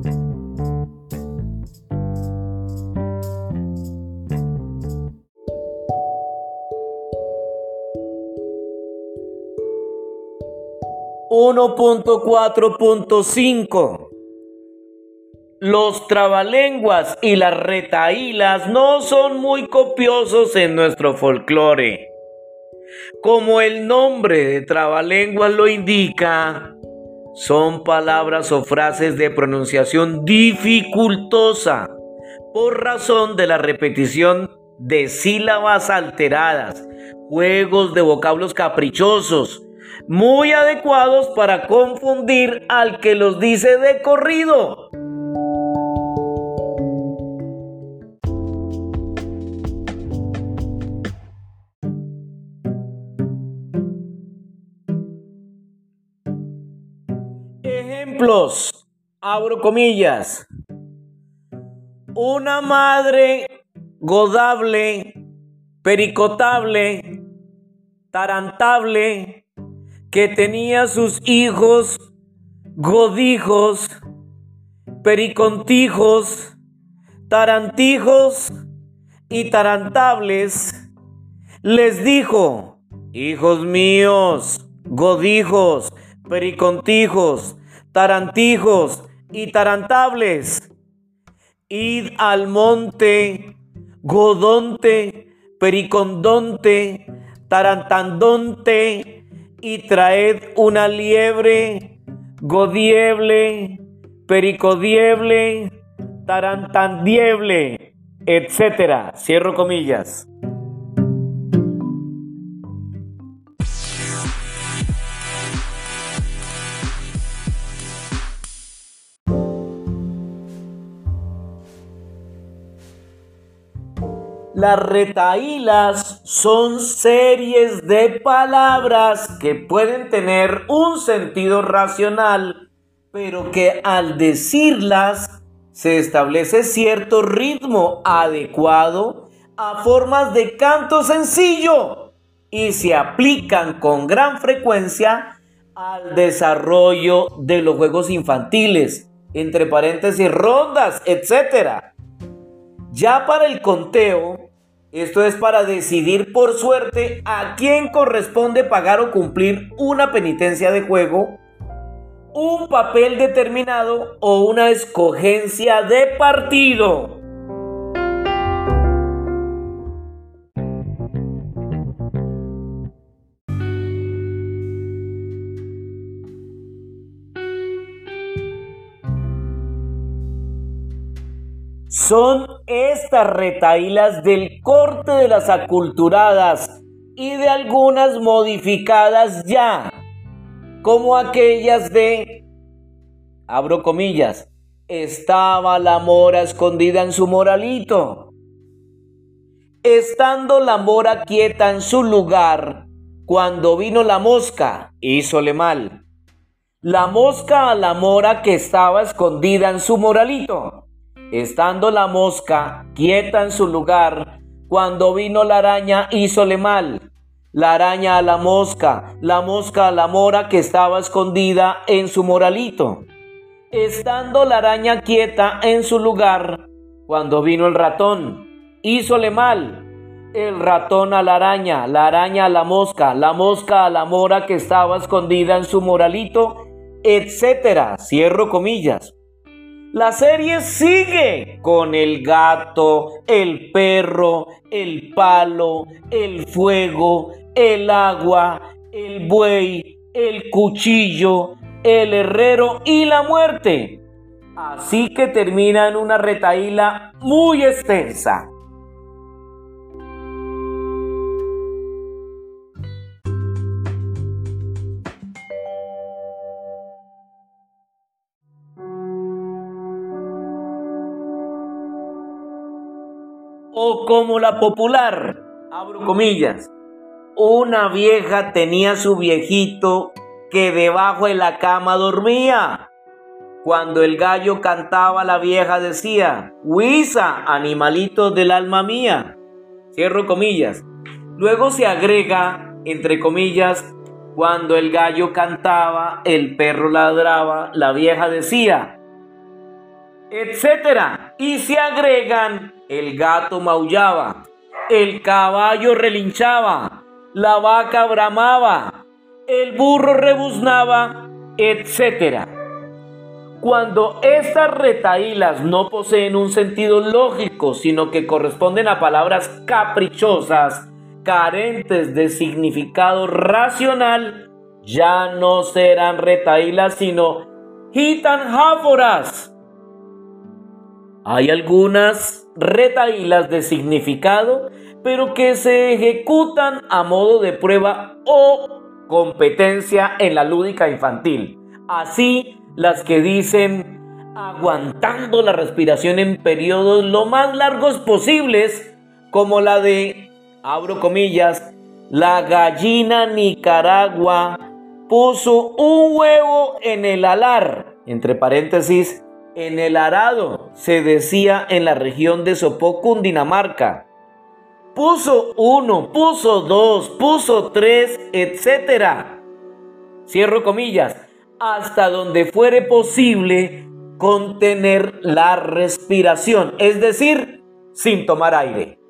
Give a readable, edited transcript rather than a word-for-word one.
(1.4.5) Los trabalenguas y las retahílas no son muy copiosos en nuestro folclore. Como el nombre de trabalenguas lo indica, son palabras o frases de pronunciación dificultosa por razón de la repetición de sílabas alteradas, juegos de vocablos caprichosos, muy adecuados para confundir al que los dice de corrido. Ejemplos, abro comillas: una madre godable, pericotable, tarantable, que tenía sus hijos godijos, pericontijos, tarantijos y tarantables, les dijo: hijos míos, godijos, pericontijos, tarantijos y tarantables, id al monte, godonte, pericondonte, tarantandonte, y traed una liebre, godieble, pericodieble, tarantandieble, etcétera. Cierro comillas. Las retahílas son series de palabras que pueden tener un sentido racional, pero que al decirlas se establece cierto ritmo adecuado a formas de canto sencillo y se aplican con gran frecuencia al desarrollo de los juegos infantiles, entre paréntesis rondas, etc. Ya para el conteo, esto es para decidir por suerte a quién corresponde pagar o cumplir una penitencia de juego, un papel determinado o una escogencia de partido. Son estas retahílas del corte de las aculturadas y de algunas modificadas ya, como aquellas de, abro comillas, estaba la mora escondida en su moralito. Estando la mora quieta en su lugar, cuando vino la mosca, hízole mal. La mosca a la mora que estaba escondida en su moralito. Estando la mosca quieta en su lugar, cuando vino la araña, hízole mal. La araña a la mosca a la mora que estaba escondida en su moralito. Estando la araña quieta en su lugar, cuando vino el ratón, hízole mal. El ratón a la araña a la mosca a la mora que estaba escondida en su moralito, etcétera. Cierro comillas. La serie sigue con el gato, el perro, el palo, el fuego, el agua, el buey, el cuchillo, el herrero y la muerte. Así que termina en una retahíla muy extensa. O como la popular, abro comillas, una vieja tenía su viejito que debajo de la cama dormía. Cuando el gallo cantaba, la vieja decía: huiza, animalito del alma mía. Cierro comillas. Luego se agrega, entre comillas, cuando el gallo cantaba, el perro ladraba, la vieja decía. etcétera. Y se agregan: el gato maullaba, el caballo relinchaba, la vaca bramaba, el burro rebuznaba, etcétera. Cuando estas retahílas no poseen un sentido lógico, sino que corresponden a palabras caprichosas, carentes de significado racional, ya no serán retahílas, sino gitanjáforas. Hay algunas retahílas de significado, pero que se ejecutan a modo de prueba o competencia en la lúdica infantil. Así, las que dicen: aguantando la respiración en periodos lo más largos posibles, como la de, abro comillas, la gallina Nicaragua puso un huevo en el alar, entre paréntesis, en el arado, se decía en la región de Sopó, Cundinamarca. Puso uno, puso dos, puso tres, etcétera. Cierro comillas. Hasta donde fuere posible contener la respiración, es decir, sin tomar aire.